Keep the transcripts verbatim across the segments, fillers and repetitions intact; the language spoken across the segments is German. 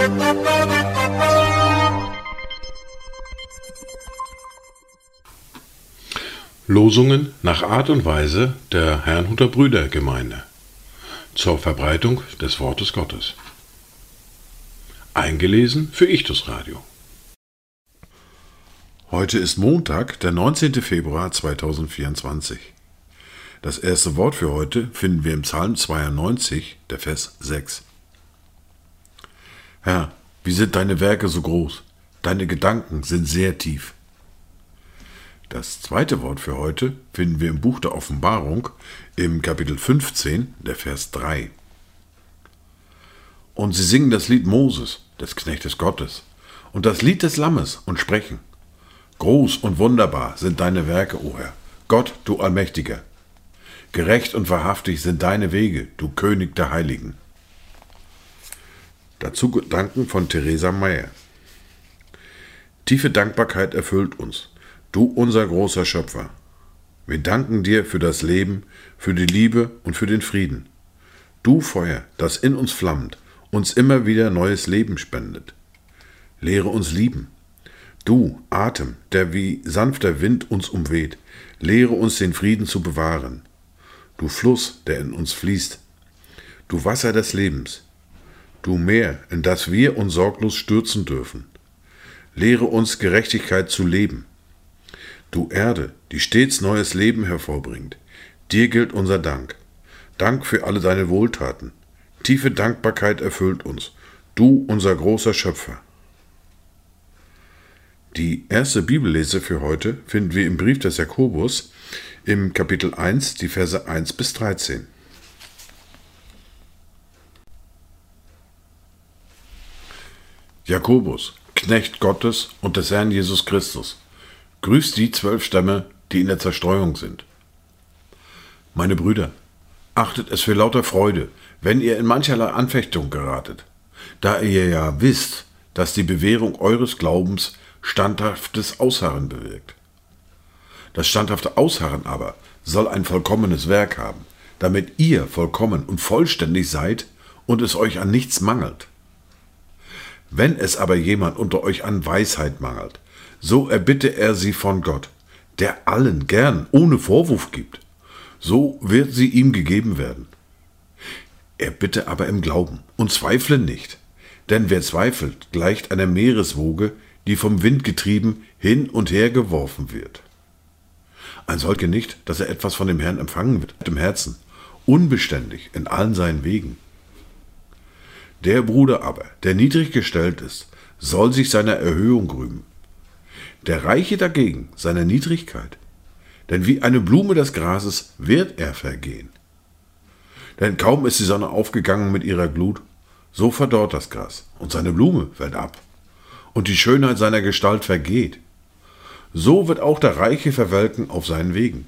Losungen nach Art und Weise der Herrnhuter Brüdergemeinde zur Verbreitung des Wortes Gottes. Eingelesen für Ichtus Radio. Heute ist Montag, der neunzehnte Februar zweitausendvierundzwanzig. Das erste Wort für heute finden wir im Psalm zweiundneunzig, der Vers sechs. Herr, wie sind deine Werke so groß? Deine Gedanken sind sehr tief. Das zweite Wort für heute finden wir im Buch der Offenbarung im Kapitel fünfzehn, der Vers drei. Und sie singen das Lied Moses, des Knechtes Gottes, und das Lied des Lammes und sprechen: Groß und wunderbar sind deine Werke, o Herr, Gott, du Allmächtiger. Gerecht und wahrhaftig sind deine Wege, du König der Heiligen. Dazu Gedanken von Theresa Meyer. Tiefe Dankbarkeit erfüllt uns, du unser großer Schöpfer. Wir danken dir für das Leben, für die Liebe und für den Frieden. Du Feuer, das in uns flammt, uns immer wieder neues Leben spendet. Lehre uns lieben. Du Atem, der wie sanfter Wind uns umweht, lehre uns den Frieden zu bewahren. Du Fluss, der in uns fließt. Du Wasser des Lebens. Du Meer, in das wir uns sorglos stürzen dürfen. Lehre uns Gerechtigkeit zu leben. Du Erde, die stets neues Leben hervorbringt, dir gilt unser Dank. Dank für alle deine Wohltaten. Tiefe Dankbarkeit erfüllt uns, du unser großer Schöpfer. Die erste Bibellese für heute finden wir im Brief des Jakobus im Kapitel eins, die Verse eins bis dreizehn. Jakobus, Knecht Gottes und des Herrn Jesus Christus, grüßt die zwölf Stämme, die in der Zerstreuung sind. Meine Brüder, achtet es für lauter Freude, wenn ihr in mancherlei Anfechtung geratet, da ihr ja wisst, dass die Bewährung eures Glaubens standhaftes Ausharren bewirkt. Das standhafte Ausharren aber soll ein vollkommenes Werk haben, damit ihr vollkommen und vollständig seid und es euch an nichts mangelt. Wenn es aber jemand unter euch an Weisheit mangelt, so erbitte er sie von Gott, der allen gern ohne Vorwurf gibt. So wird sie ihm gegeben werden. Er bitte aber im Glauben und zweifle nicht, denn wer zweifelt, gleicht einer Meereswoge, die vom Wind getrieben hin und her geworfen wird. Ein solcher nicht, dass er etwas von dem Herrn empfangen wird, im Herzen, unbeständig in allen seinen Wegen. Der Bruder aber, der niedrig gestellt ist, soll sich seiner Erhöhung rühmen. Der Reiche dagegen seiner Niedrigkeit, denn wie eine Blume des Grases wird er vergehen. Denn kaum ist die Sonne aufgegangen mit ihrer Glut, so verdorrt das Gras, und seine Blume fällt ab, und die Schönheit seiner Gestalt vergeht. So wird auch der Reiche verwelken auf seinen Wegen.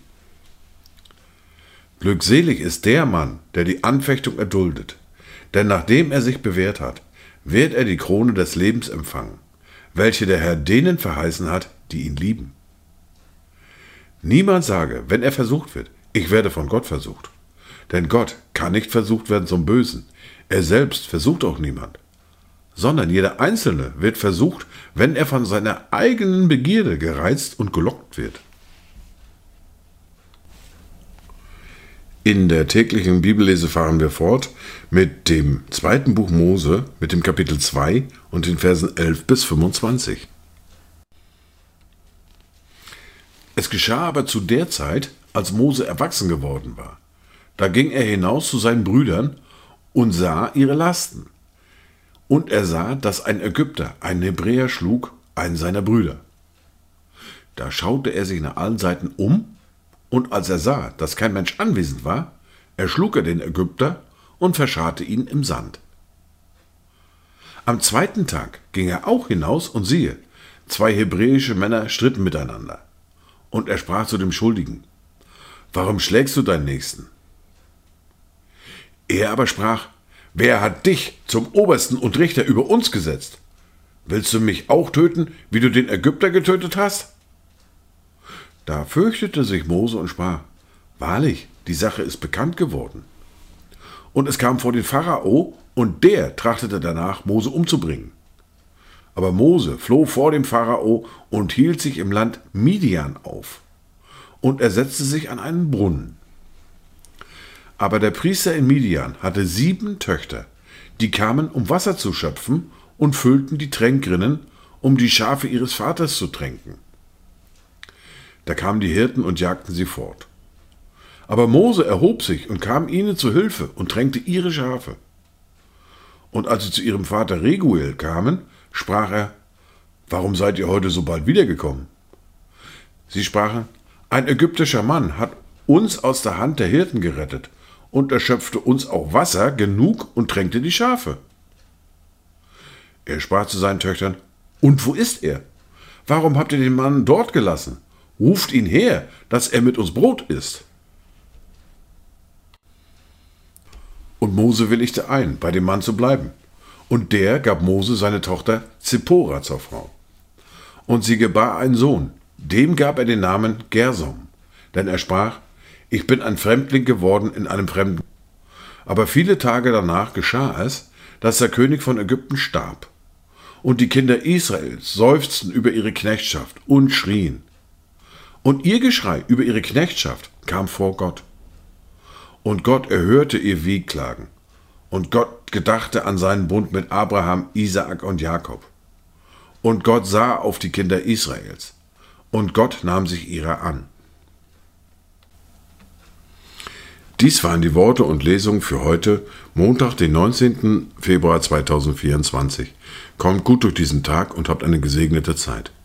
Glückselig ist der Mann, der die Anfechtung erduldet, denn nachdem er sich bewährt hat, wird er die Krone des Lebens empfangen, welche der Herr denen verheißen hat, die ihn lieben. Niemand sage, wenn er versucht wird, ich werde von Gott versucht. Denn Gott kann nicht versucht werden zum Bösen, er selbst versucht auch niemand. Sondern jeder Einzelne wird versucht, wenn er von seiner eigenen Begierde gereizt und gelockt wird. In der täglichen Bibellese fahren wir fort mit dem zweiten Buch Mose, mit dem Kapitel zwei und den Versen elf bis fünfundzwanzig. Es geschah aber zu der Zeit, als Mose erwachsen geworden war. Da ging er hinaus zu seinen Brüdern und sah ihre Lasten. Und er sah, dass ein Ägypter einen Hebräer schlug, einen seiner Brüder. Da schaute er sich nach allen Seiten um, und als er sah, dass kein Mensch anwesend war, erschlug er den Ägypter und verscharrte ihn im Sand. Am zweiten Tag ging er auch hinaus und siehe, zwei hebräische Männer stritten miteinander. Und er sprach zu dem Schuldigen: Warum schlägst du deinen Nächsten? Er aber sprach: Wer hat dich zum Obersten und Richter über uns gesetzt? Willst du mich auch töten, wie du den Ägypter getötet hast? Da fürchtete sich Mose und sprach: Wahrlich, die Sache ist bekannt geworden. Und es kam vor den Pharao, und der trachtete danach, Mose umzubringen. Aber Mose floh vor dem Pharao und hielt sich im Land Midian auf. Und er setzte sich an einen Brunnen. Aber der Priester in Midian hatte sieben Töchter, die kamen, um Wasser zu schöpfen, und füllten die Tränkrinnen, um die Schafe ihres Vaters zu tränken. Da kamen die Hirten und jagten sie fort. Aber Mose erhob sich und kam ihnen zu Hilfe und tränkte ihre Schafe. Und als sie zu ihrem Vater Reguel kamen, sprach er: Warum seid ihr heute so bald wiedergekommen? Sie sprachen: Ein ägyptischer Mann hat uns aus der Hand der Hirten gerettet und erschöpfte uns auch Wasser genug und tränkte die Schafe. Er sprach zu seinen Töchtern: Und wo ist er? Warum habt ihr den Mann dort gelassen? Ruft ihn her, dass er mit uns Brot isst. Und Mose willigte ein, bei dem Mann zu bleiben. Und der gab Mose seine Tochter Zippora zur Frau. Und sie gebar einen Sohn, dem gab er den Namen Gersom. Denn er sprach: Ich bin ein Fremdling geworden in einem fremden. Aber viele Tage danach geschah es, dass der König von Ägypten starb. Und die Kinder Israels seufzten über ihre Knechtschaft und schrien. Und ihr Geschrei über ihre Knechtschaft kam vor Gott. Und Gott erhörte ihr Wehklagen. Und Gott gedachte an seinen Bund mit Abraham, Isaak und Jakob. Und Gott sah auf die Kinder Israels. Und Gott nahm sich ihrer an. Dies waren die Worte und Lesungen für heute, Montag, den neunzehnten Februar zweitausendvierundzwanzig. Kommt gut durch diesen Tag und habt eine gesegnete Zeit.